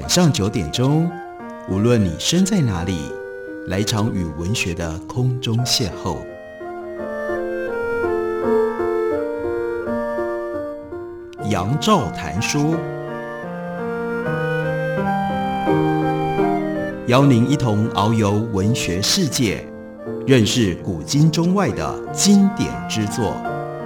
晚上9点钟，无论你身在哪里，来一场与文学的空中邂逅。杨照谈书，邀您一同遨游文学世界，认识古今中外的经典之作。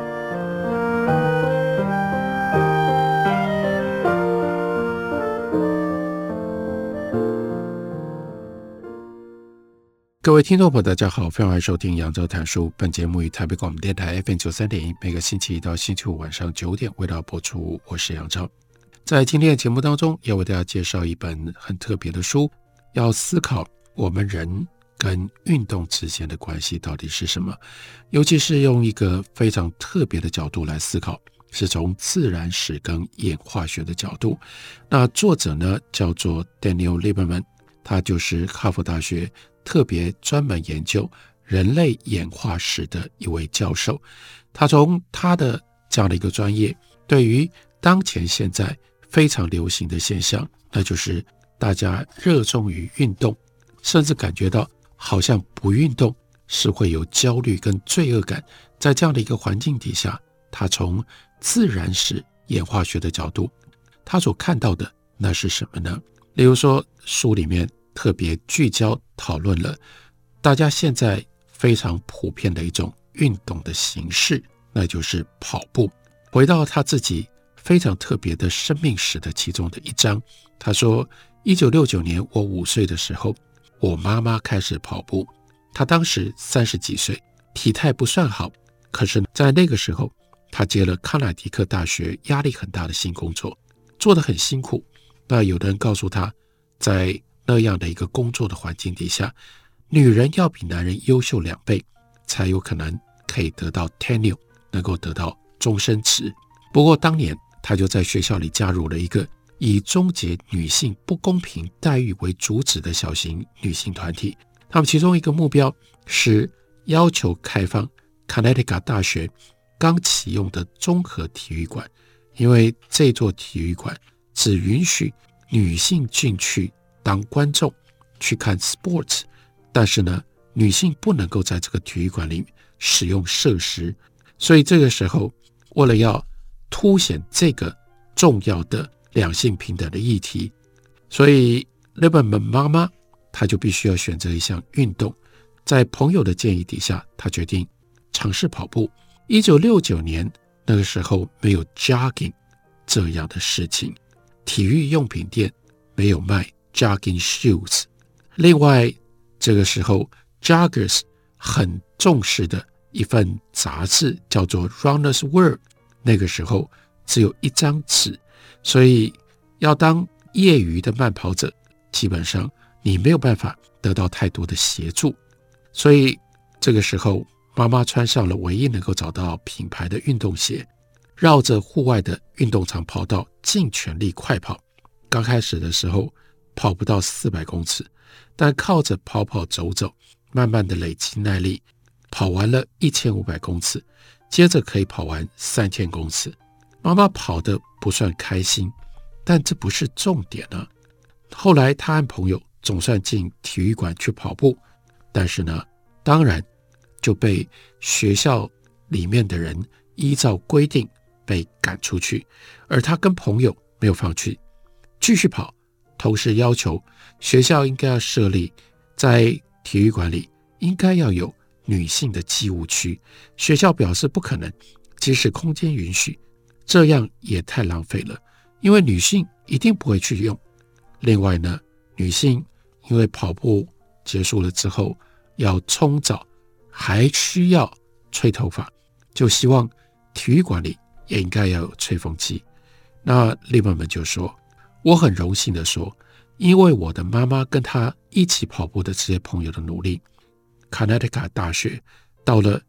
各位听众朋友大家好，非常欢迎收听杨照谈书。本节目于台北广播电台 FM93.1， 每个星期一到星期五晚上9点为大家播出。我是杨照。在今天的节目当中，要为大家介绍一本很特别的书，要思考我们人跟运动之间的关系到底是什么，尤其是用一个非常特别的角度来思考，是从自然史跟演化学的角度。那作者呢叫做 Daniel Lieberman， 他就是哈佛大学特别专门研究人类演化史的一位教授。他从他的这样的一个专业，对于当前现在非常流行的现象，那就是大家热衷于运动，甚至感觉到好像不运动是会有焦虑跟罪恶感。在这样的一个环境底下，他从自然史演化学的角度，他所看到的那是什么呢？例如说书里面特别聚焦讨论了大家现在非常普遍的一种运动的形式，那就是跑步。回到他自己非常特别的生命史的其中的一章，他说1969年我5岁的时候，我妈妈开始跑步。她当时30几岁，体态不算好，可是在那个时候她接了康乃狄克大学压力很大的新工作，做得很辛苦。那有的人告诉她，在那样的一个工作的环境底下，女人要比男人优秀2倍，才有可能可以得到 tenure， 能够得到终身职。不过当年她就在学校里加入了一个以终结女性不公平待遇为主旨的小型女性团体。他们其中一个目标是要求开放 Connecticut 大学刚启用的综合体育馆，因为这座体育馆只允许女性进去当观众去看 sports， 但是呢，女性不能够在这个体育馆里使用设施。所以这个时候，为了要凸显这个重要的两性平等的议题，所以日本妈妈她就必须要选择一项运动。在朋友的建议底下，她决定尝试跑步。1969年那个时候没有 jogging 这样的事情，体育用品店没有卖 jogging shoes。 另外这个时候 joggers 很重视的一份杂志叫做 Runner's World， 那个时候只有1张纸，所以要当业余的慢跑者，基本上你没有办法得到太多的协助。所以这个时候妈妈穿上了唯一能够找到品牌的运动鞋，绕着户外的运动场跑道尽全力快跑。刚开始的时候跑不到400公尺，但靠着跑跑走走，慢慢的累积耐力，跑完了1500公尺，接着可以跑完3000公尺。妈妈跑得不算开心，但这不是重点啊。后来她和朋友总算进体育馆去跑步，但是呢，当然就被学校里面的人依照规定被赶出去，而她跟朋友没有放弃，继续跑，同时要求学校应该要设立在体育馆里应该要有女性的机务区。学校表示不可能，即使空间允许，这样也太浪费了，因为女性一定不会去用。另外呢，女性因为跑步结束了之后要冲澡，还需要吹头发，就希望体育馆里也应该要有吹风机。那利伯们就说，我很荣幸的说，因为我的妈妈跟她一起跑步的这些朋友的努力， Connecticut 大学到了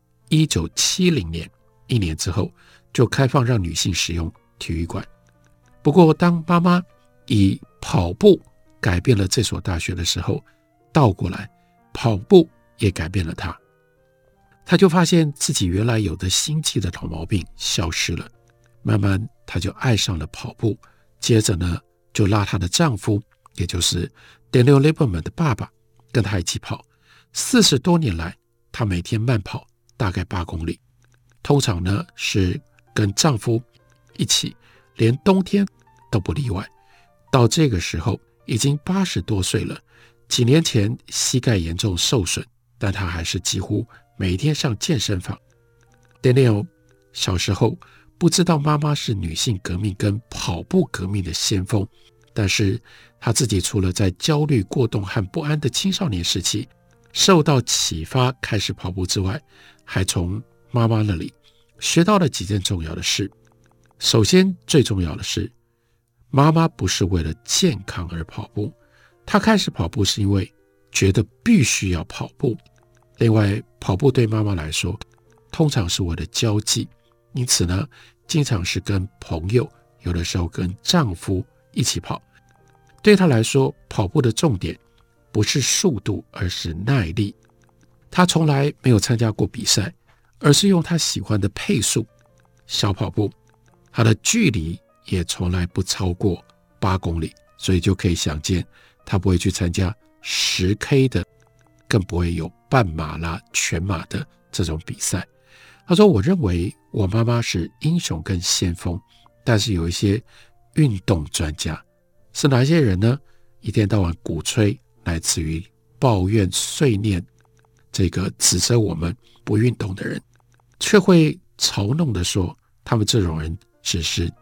1970年1年之后就开放让女性使用体育馆。不过当妈妈以跑步改变了这所大学的时候，倒过来跑步也改变了她。她就发现自己原来有的心悸的老毛病消失了，慢慢她就爱上了跑步。接着呢，就拉她的丈夫也就是 Daniel Lieberman 的爸爸，跟他一起跑。40多年来，他每天慢跑大概8公里，通常呢是跟丈夫一起，连冬天都不例外。到这个时候已经80多岁了，几年前膝盖严重受损，但他还是几乎每天上健身房。Daniel 小时候不知道妈妈是女性革命跟跑步革命的先锋，但是他自己除了在焦虑、过动和不安的青少年时期受到启发开始跑步之外，还从妈妈那里学到了几件重要的事。首先最重要的是，妈妈不是为了健康而跑步，她开始跑步是因为觉得必须要跑步。另外，跑步对妈妈来说通常是为了交际，因此呢，经常是跟朋友，有的时候跟丈夫一起跑。对她来说，跑步的重点不是速度，而是耐力。她从来没有参加过比赛，而是用她喜欢的配速小跑步，她的距离也从来不超过8公里，所以就可以想见，她不会去参加10K 的，更不会有半马啦、全马的这种比赛。他说，我认为我妈妈是英雄跟先锋，但是有一些运动专家，是哪些人呢？一天到晚鼓吹，来自于抱怨、碎念，这个指责我们不运动的人，却会嘲弄的说，他们这种人只是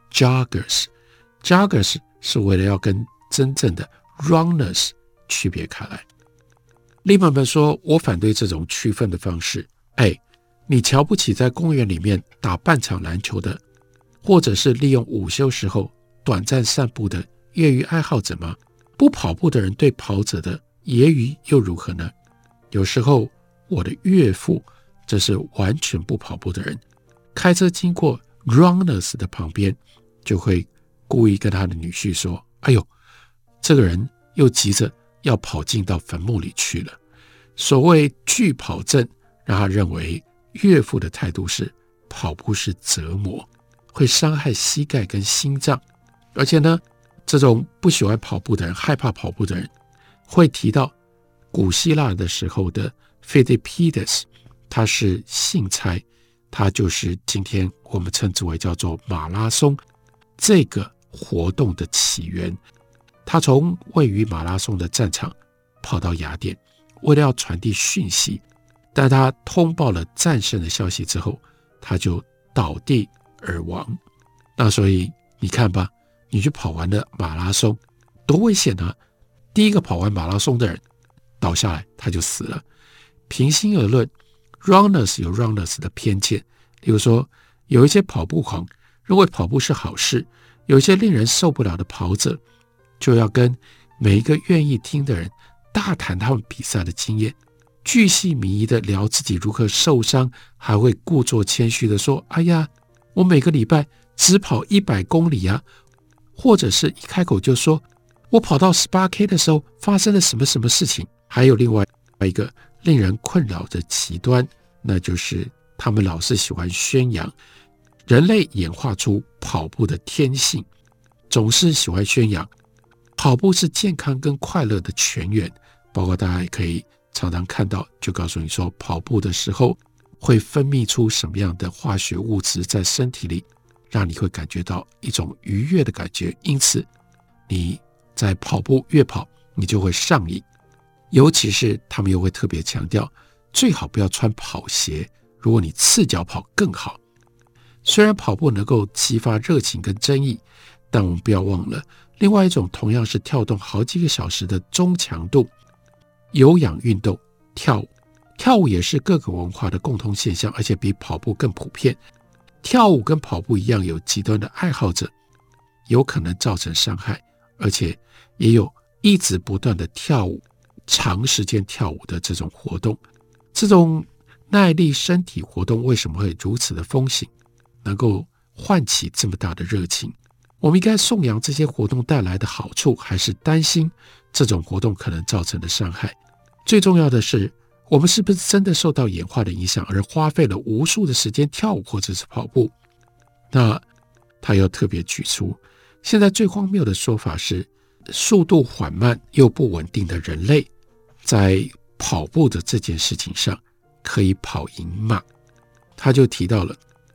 joggers。joggers 是为了要跟真正的 runners 区别开来。利曼们说，我反对这种区分的方式。你瞧不起在公园里面打半场篮球的，或者是利用午休时候短暂散步的业余爱好者吗？不跑步的人对跑者的揶揄又如何呢？有时候我的岳父，这是完全不跑步的人，开车经过 runners 的旁边，就会故意跟他的女婿说，哎呦，这个人又急着要跑进到坟墓里去了。所谓拒跑症，让他认为岳父的态度是跑步是折磨，会伤害膝盖跟心脏。而且呢，这种不喜欢跑步的人，害怕跑步的人，会提到古希腊的时候的 Philippides， 他是信差，他就是今天我们称之为叫做马拉松这个活动的起源。他从位于马拉松的战场跑到雅典，为了要传递讯息，但他通报了战胜的消息之后，他就倒地而亡。那所以你看吧，你去跑完了马拉松多危险啊！第一个跑完马拉松的人倒下来，他就死了。平心而论， runners 有 runners 的偏见，例如说有一些跑步狂认为跑步是好事，有一些令人受不了的跑者就要跟每一个愿意听的人大谈他们比赛的经验，巨细靡遗的聊自己如何受伤，还会故作谦虚的说，哎呀，我每个礼拜只跑100公里啊，或者是一开口就说我跑到 18K 的时候发生了什么什么事情。还有另外一个令人困扰的极端，那就是他们老是喜欢宣扬人类演化出跑步的天性，总是喜欢宣扬跑步是健康跟快乐的泉源。包括大家也可以常常看到，就告诉你说跑步的时候会分泌出什么样的化学物质在身体里，让你会感觉到一种愉悦的感觉，因此你在跑步越跑你就会上瘾。尤其是他们又会特别强调，最好不要穿跑鞋，如果你赤脚跑更好。虽然跑步能够激发热情跟争议，但我们不要忘了另外一种同样是跳动好几个小时的中强度有氧运动，跳舞。跳舞也是各个文化的共同现象，而且比跑步更普遍。跳舞跟跑步一样，有极端的爱好者，有可能造成伤害，而且也有一直不断的跳舞，长时间跳舞的这种活动。这种耐力身体活动为什么会如此的风行，能够唤起这么大的热情？我们应该颂扬这些活动带来的好处，还是担心这种活动可能造成的伤害？最重要的是，我们是不是真的受到演化的影响，而花费了无数的时间跳舞或者是跑步？那他又特别举出，现在最荒谬的说法是， 速度缓慢又不稳定的人类，在跑步的这件事情上可以跑赢马。他就提到了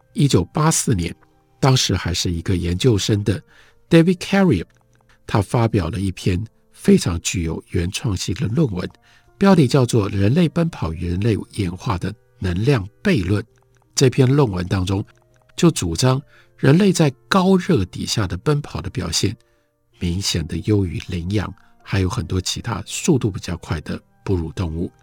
1984年，当时还是一个研究生的 David Carrier， 他发表了一篇非常具有原创性的论文，标题叫做《人类奔跑与人类演化的能量悖论》。这篇论文当中就主张人类在高热底下的奔跑的表现明显的优于羚羊，还有很多其他速度比较快的哺乳动物。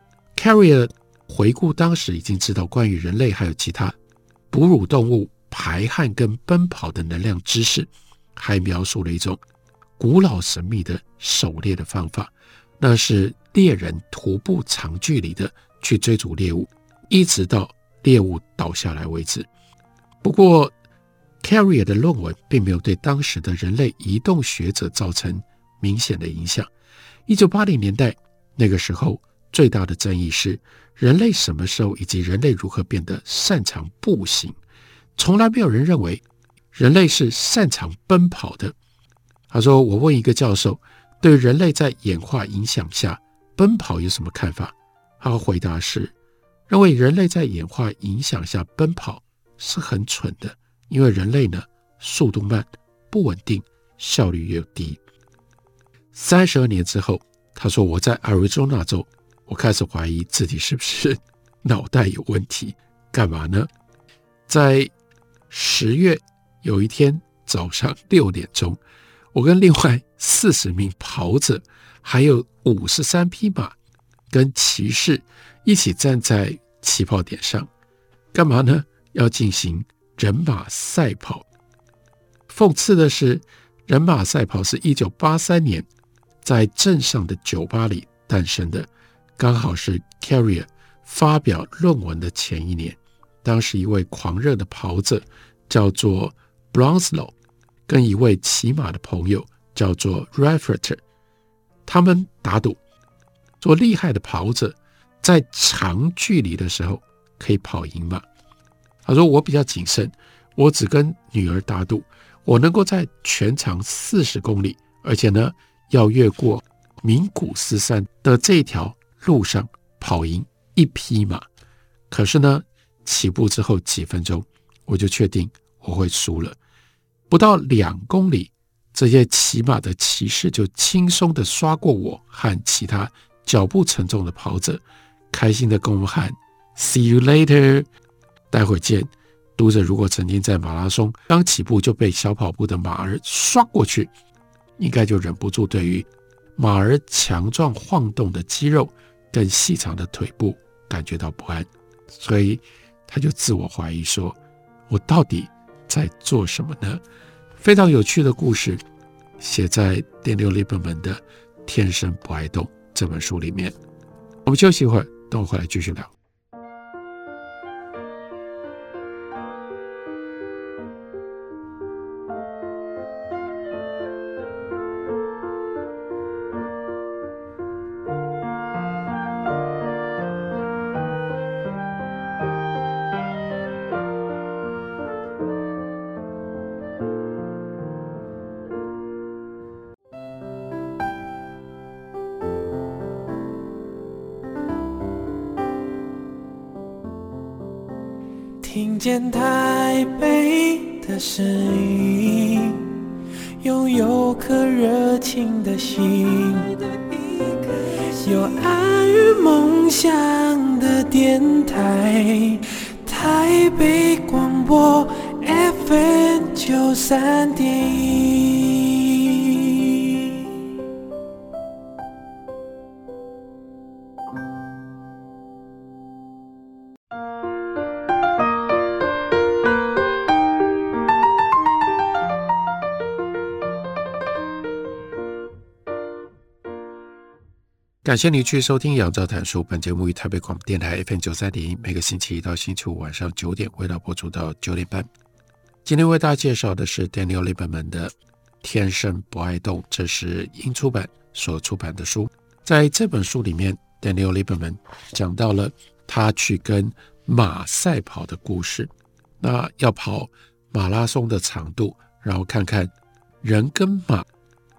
Carrier 回顾当时已经知道关于人类还有其他哺乳动物排汗跟奔跑的能量知识，还描述了一种古老神秘的狩猎的方法，那是猎人徒步长距离的去追逐猎物，一直到猎物倒下来为止。不过 Carrier 的论文并没有对当时的人类移动学者造成明显的影响。1980年代那个时候最大的争议是人类什么时候以及人类如何变得擅长步行。从来没有人认为人类是擅长奔跑的。他说，我问一个教授对人类在演化影响下奔跑有什么看法，他的回答是认为人类在演化影响下奔跑是很蠢的，因为人类呢速度慢、不稳定、效率又低。32年之后，他说我在 Arizona 州，我开始怀疑自己是不是脑袋有问题。干嘛呢？在10月有一天早上6点钟，我跟另外40名跑者还有53匹马跟骑士一起站在起跑点上。干嘛呢？要进行人马赛跑。讽刺的是，人马赛跑是1983年在镇上的酒吧里诞生的，刚好是 Carrier 发表论文的前一年。当时一位狂热的跑者叫做 Bronslow， 跟一位骑马的朋友叫做 Rafferty， 他们打赌做厉害的跑者在长距离的时候可以跑赢马。他说我比较谨慎，我只跟女儿打赌，我能够在全长40公里，而且呢要越过名古斯山的这条路上跑赢一匹马。可是呢起步之后几分钟，我就确定我会输了。不到2公里，这些骑马的骑士就轻松地刷过我和其他脚步沉重的跑者，开心地跟我们喊 See you later， 待会见。读者如果曾经在马拉松刚起步就被小跑步的马儿刷过去，应该就忍不住对于马儿强壮晃动的肌肉跟细长的腿部感觉到不安，所以他就自我怀疑说，我到底在做什么呢？非常有趣的故事写在 Daniel Lieberman 的《天生不爱动》这本书里面。我们休息一会儿，等我回来继续聊。 听见台北的声音，拥有颗热情的心，有爱与梦想的电台，台北广播 FM93.1。 感谢你继续收听杨照谈书，本节目于台北广播电台 FM93.1， 每个星期一到星期五晚上9点为大家播出到9点半。今天为大家介绍的是 Daniel Lieberman 的《天生不爱动》，这是英出版所出版的书。在这本书里面， Daniel Lieberman 讲到了他去跟马赛跑的故事。那要跑马拉松的长度，然后看看人跟马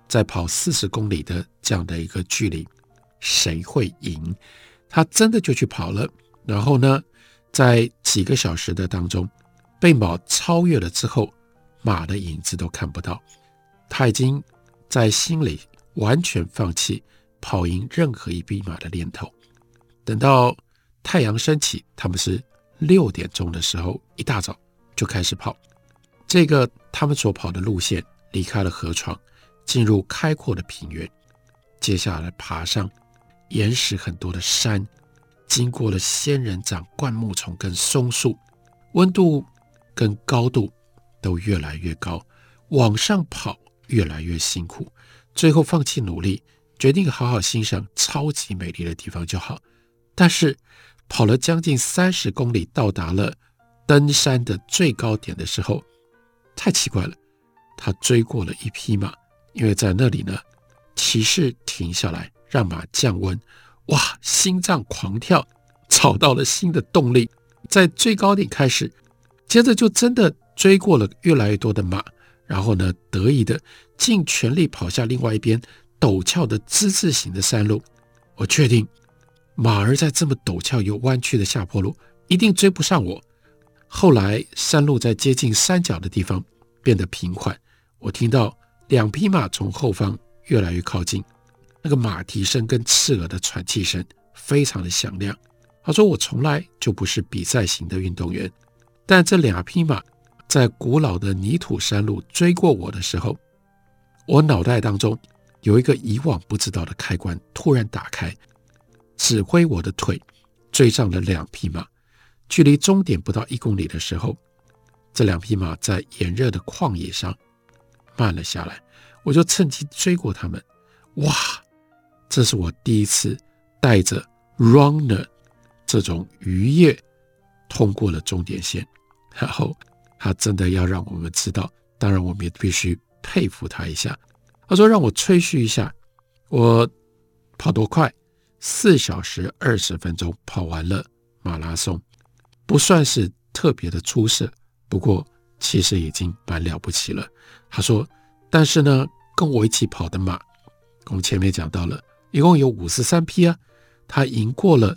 在跑40公里的这样的一个距离，谁会赢？他真的就去跑了，然后呢，在几个小时的当中，被马超越了之后，马的影子都看不到。他已经在心里完全放弃跑赢任何一匹马的念头。等到太阳升起，他们是6点钟的时候，一大早就开始跑。这个他们所跑的路线离开了河床，进入开阔的平原，接下来爬上岩石很多的山，经过了仙人掌、灌木丛跟松树，温度跟高度都越来越高，往上跑越来越辛苦，最后放弃努力，决定好好欣赏超级美丽的地方就好。但是跑了将近30公里，到达了登山的最高点的时候，太奇怪了，他追过了一匹马，因为在那里呢，骑士停下来让马降温，哇，心脏狂跳，找到了新的动力，在最高点开始，接着就真的追过了越来越多的马，然后呢，得意的尽全力跑下另外一边陡峭的之字形的山路。我确定马儿在这么陡峭又弯曲的下坡路一定追不上我。后来山路在接近山脚的地方变得平缓，我听到2匹马从后方越来越靠近，那个马蹄声跟刺耳的喘气声非常的响亮。他说我从来就不是比赛型的运动员，但这2匹马在古老的泥土山路追过我的时候，我脑袋当中有一个以往不知道的开关突然打开，指挥我的腿追上了2匹马。距离终点不到1公里的时候，这2匹马在炎热的旷野上慢了下来，我就趁机追过他们。哇，这是我第一次带着 runner 这种渔业通过了终点线，然后他真的要让我们知道，当然我们也必须佩服他一下。他说让我吹嘘一下，我跑多快，4小时20分钟跑完了马拉松，不算是特别的出色，不过其实已经蛮了不起了。他说但是呢，跟我一起跑的马，我们前面讲到了一共有53匹啊，他赢过了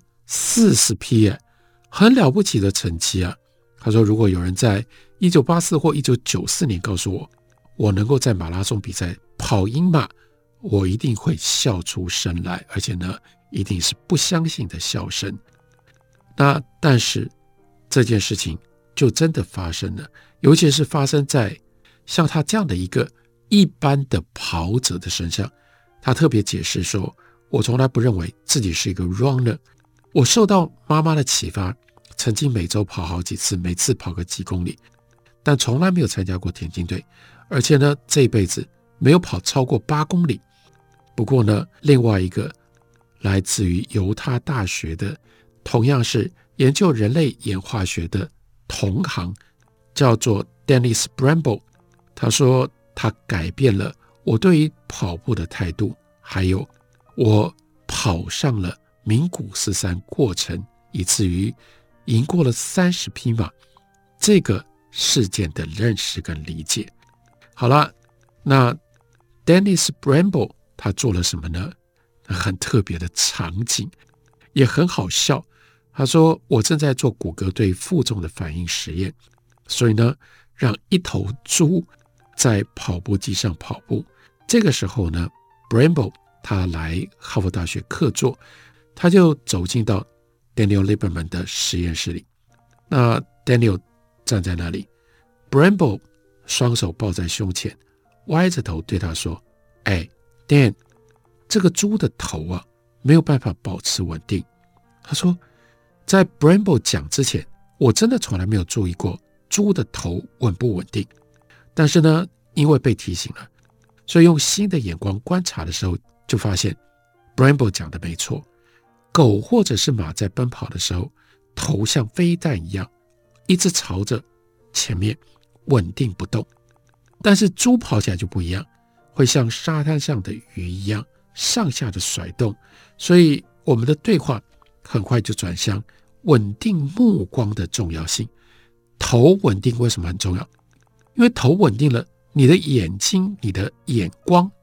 40匹耶，很了不起的成绩啊。他说如果有人在1984或1994年告诉我，我能够在马拉松比赛跑赢马，我一定会笑出声来，而且呢，一定是不相信的笑声。那但是这件事情就真的发生了，尤其是发生在像他这样的一个一般的跑者的身上。他特别解释说，我从来不认为自己是一个 runner， 我受到妈妈的启发，曾经每周跑好几次，每次跑个几公里，但从来没有参加过田径队，而且呢，这一辈子没有跑超过8公里。不过呢，另外一个来自于犹他大学的，同样是研究人类演化学的同行，叫做 Dennis Bramble， 他说他改变了我对于跑步的态度，还有我跑上了名古斯山过程，以至于赢过了30匹马这个事件的认识跟理解。好了，那 Dennis Bramble 他做了什么呢？很特别的场景，也很好笑。他说我正在做骨骼对负重的反应实验，所以呢，让一头猪在跑步机上跑步。这个时候呢， Bramble 他来哈佛大学客座，他就走进到 Daniel Lieberman 的实验室里。那 Daniel 站在那里， Bramble 双手抱在胸前，歪着头对他说，Dan， 这个猪的头啊，没有办法保持稳定。他说在 Bramble 讲之前，我真的从来没有注意过猪的头稳不稳定，但是呢，因为被提醒了，所以用新的眼光观察的时候，就发现 Bramble 讲的没错，狗或者是马在奔跑的时候，头像飞弹一样一直朝着前面稳定不动，但是猪跑起来就不一样，会像沙滩上的鱼一样上下的甩动。所以我们的对话很快就转向稳定目光的重要性。头稳定为什么很重要？因为头稳定了，你的眼睛、你的眼光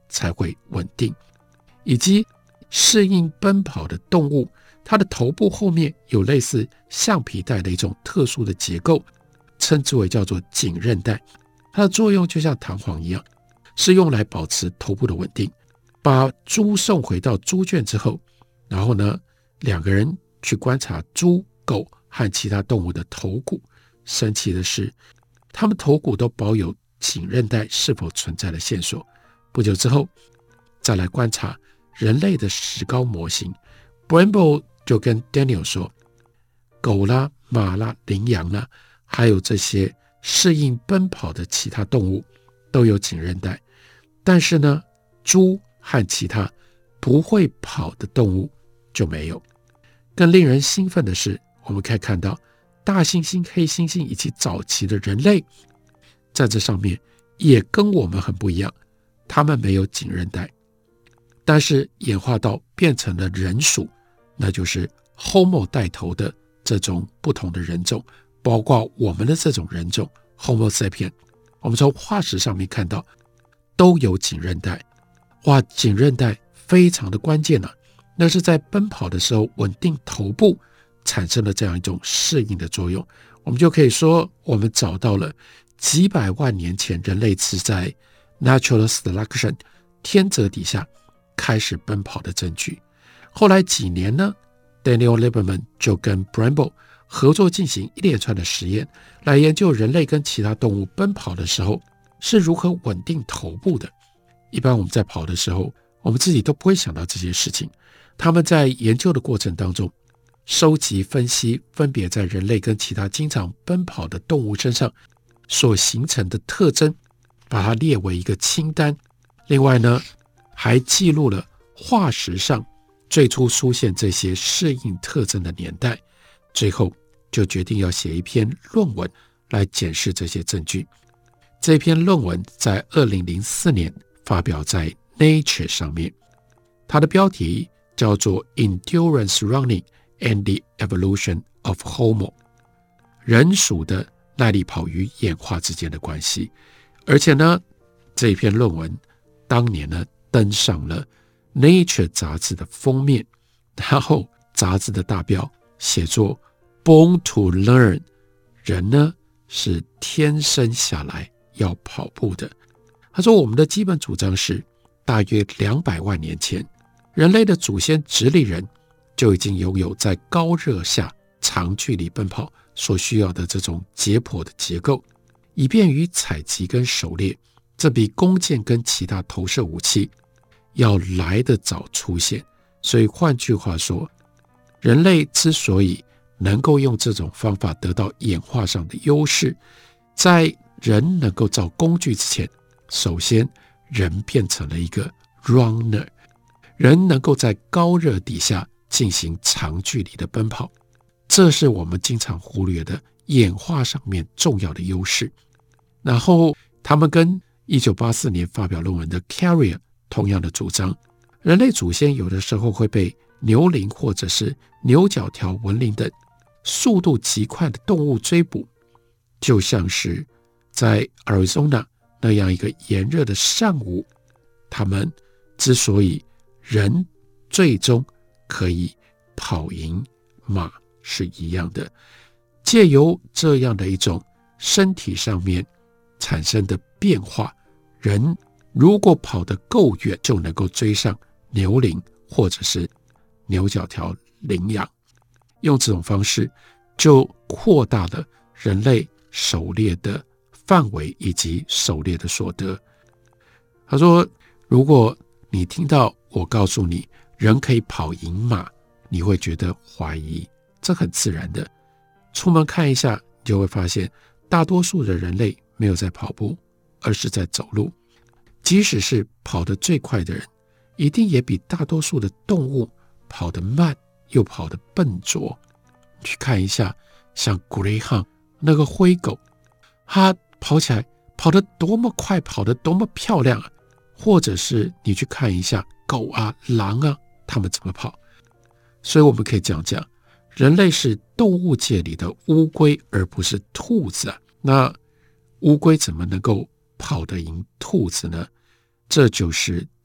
才会稳定，以及适应奔跑的动物，它的头部后面有类似橡皮带的一种特殊的结构，称之为叫做颈韧带。它的作用就像弹簧一样，是用来保持头部的稳定。把猪送回到猪圈之后，然后呢，两个人去观察猪、狗和其他动物的头骨。神奇的是，它们头骨都保有颈韧带是否存在的线索。不久之后，再来观察人类的石膏模型。Brembo 就跟 Daniel 说，狗啦、马啦、羚羊啦，还有这些适应奔跑的其他动物都有颈韧带，但是呢，猪和其他不会跑的动物就没有。更令人兴奋的是，我们可以看到大猩猩、黑猩猩以及早期的人类在这上面也跟我们很不一样，他们没有颈韧带，但是演化到变成了人属，那就是 Homo 带头的这种不同的人种，包括我们的这种人种 Homo sapien， 我们从化石上面看到都有颈韧带。哇，颈韧带非常的关键啊，那是在奔跑的时候稳定头部产生了这样一种适应的作用。我们就可以说，我们找到了几百万年前人类是在 natural selection 天择底下开始奔跑的证据。后来几年呢， Daniel Lieberman 就跟 Brembo 合作进行一连串的实验，来研究人类跟其他动物奔跑的时候是如何稳定头部的。一般我们在跑的时候，我们自己都不会想到这些事情。他们在研究的过程当中，收集分析分别在人类跟其他经常奔跑的动物身上所形成的特征，把它列为一个清单。另外呢，还记录了化石上最初出现这些适应特征的年代。最后就决定要写一篇论文来检视这些证据。这篇论文在2004年发表在 Nature 上面，它的标题叫做 Endurance Running and the Evolution of Homo， 人属的耐力跑与演化之间的关系。而且呢，这篇论文当年呢登上了 Nature 杂志的封面，然后杂志的大标写作 Born to Learn， 人呢是天生下来要跑步的。他说，我们的基本主张是，大约200万年前，人类的祖先直立人就已经拥有在高热下长距离奔跑所需要的这种解剖的结构，以便于采集跟狩猎。这比弓箭跟其他投射武器要来得早出现。所以换句话说，人类之所以能够用这种方法得到演化上的优势，在人能够造工具之前，首先人变成了一个 runner， 人能够在高热底下进行长距离的奔跑，这是我们经常忽略的演化上面重要的优势。然后他们跟1984年发表论文的 Carrier 同样的主张，人类祖先有的时候会被牛羚或者是牛角条纹羚等速度极快的动物追捕，就像是在 Arizona 那样一个炎热的上午，他们之所以人最终可以跑赢马是一样的。借由这样的一种身体上面产生的变化，人如果跑得够远，就能够追上牛羚或者是牛角条羚羊。用这种方式就扩大了人类狩猎的范围以及狩猎的所得。他说，如果你听到我告诉你人可以跑赢马，你会觉得怀疑，这很自然的。出门看一下，你就会发现大多数的人类没有在跑步，而是在走路。即使是跑得最快的人，一定也比大多数的动物跑得慢又跑得笨拙。去看一下像 Greyhound 那个灰狗，它跑起来跑得多么快，跑得多么漂亮啊！或者是你去看一下狗啊、狼啊，它们怎么跑。所以我们可以讲，人类是动物界里的乌龟，而不是兔子啊。那乌龟怎么能够跑得赢兔子呢？这就是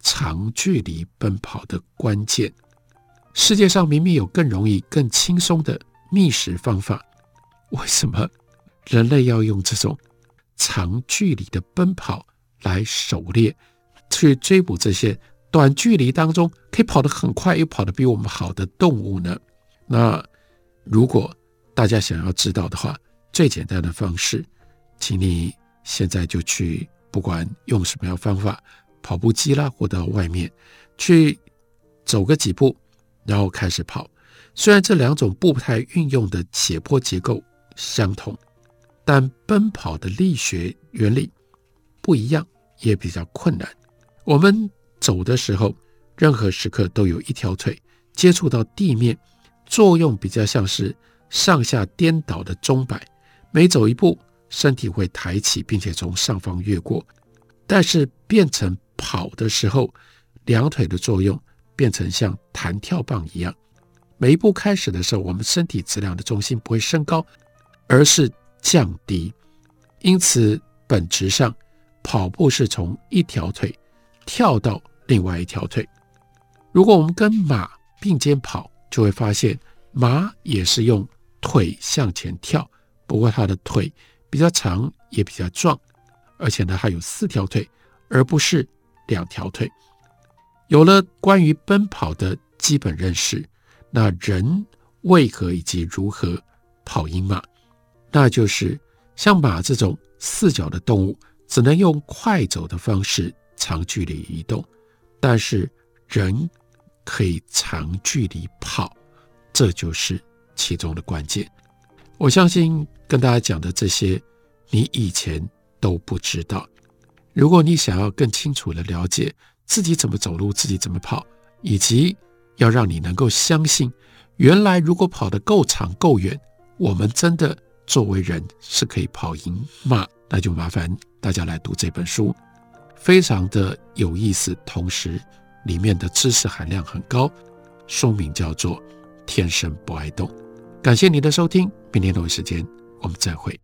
长距离奔跑的关键。世界上明明有更容易更轻松的觅食方法，为什么人类要用这种长距离的奔跑来狩猎，去追捕这些短距离当中可以跑得很快又跑得比我们好的动物呢？那如果大家想要知道的话，最简单的方式，请你现在就去，不管用什么样的方法，跑步机啦，或到外面去走个几步，然后开始跑。虽然这两种步态运用的解剖结构相同，但奔跑的力学原理不一样，也比较困难。我们走的时候，任何时刻都有一条腿接触到地面，作用比较像是上下颠倒的钟摆，每走一步，身体会抬起，并且从上方越过。但是变成跑的时候，两腿的作用变成像弹跳棒一样，每一步开始的时候，我们身体质量的重心不会升高，而是降低。因此本质上，跑步是从一条腿跳到另外一条腿。如果我们跟马并肩跑，就会发现马也是用腿向前跳，不过它的腿比较长，也比较壮，而且呢，它有4条腿，而不是2条腿。有了关于奔跑的基本认识，那人为何以及如何跑赢马？那就是像马这种4脚的动物，只能用快走的方式长距离移动，但是人可以长距离跑，这就是其中的关键。我相信跟大家讲的这些，你以前都不知道。如果你想要更清楚的了解自己怎么走路，自己怎么跑，以及要让你能够相信，原来如果跑得够长够远，我们真的作为人是可以跑赢马，那就麻烦大家来读这本书，非常的有意思，同时里面的知识含量很高，书名叫做《天生不爱动》。感谢你的收听，明天同一时间我们再会。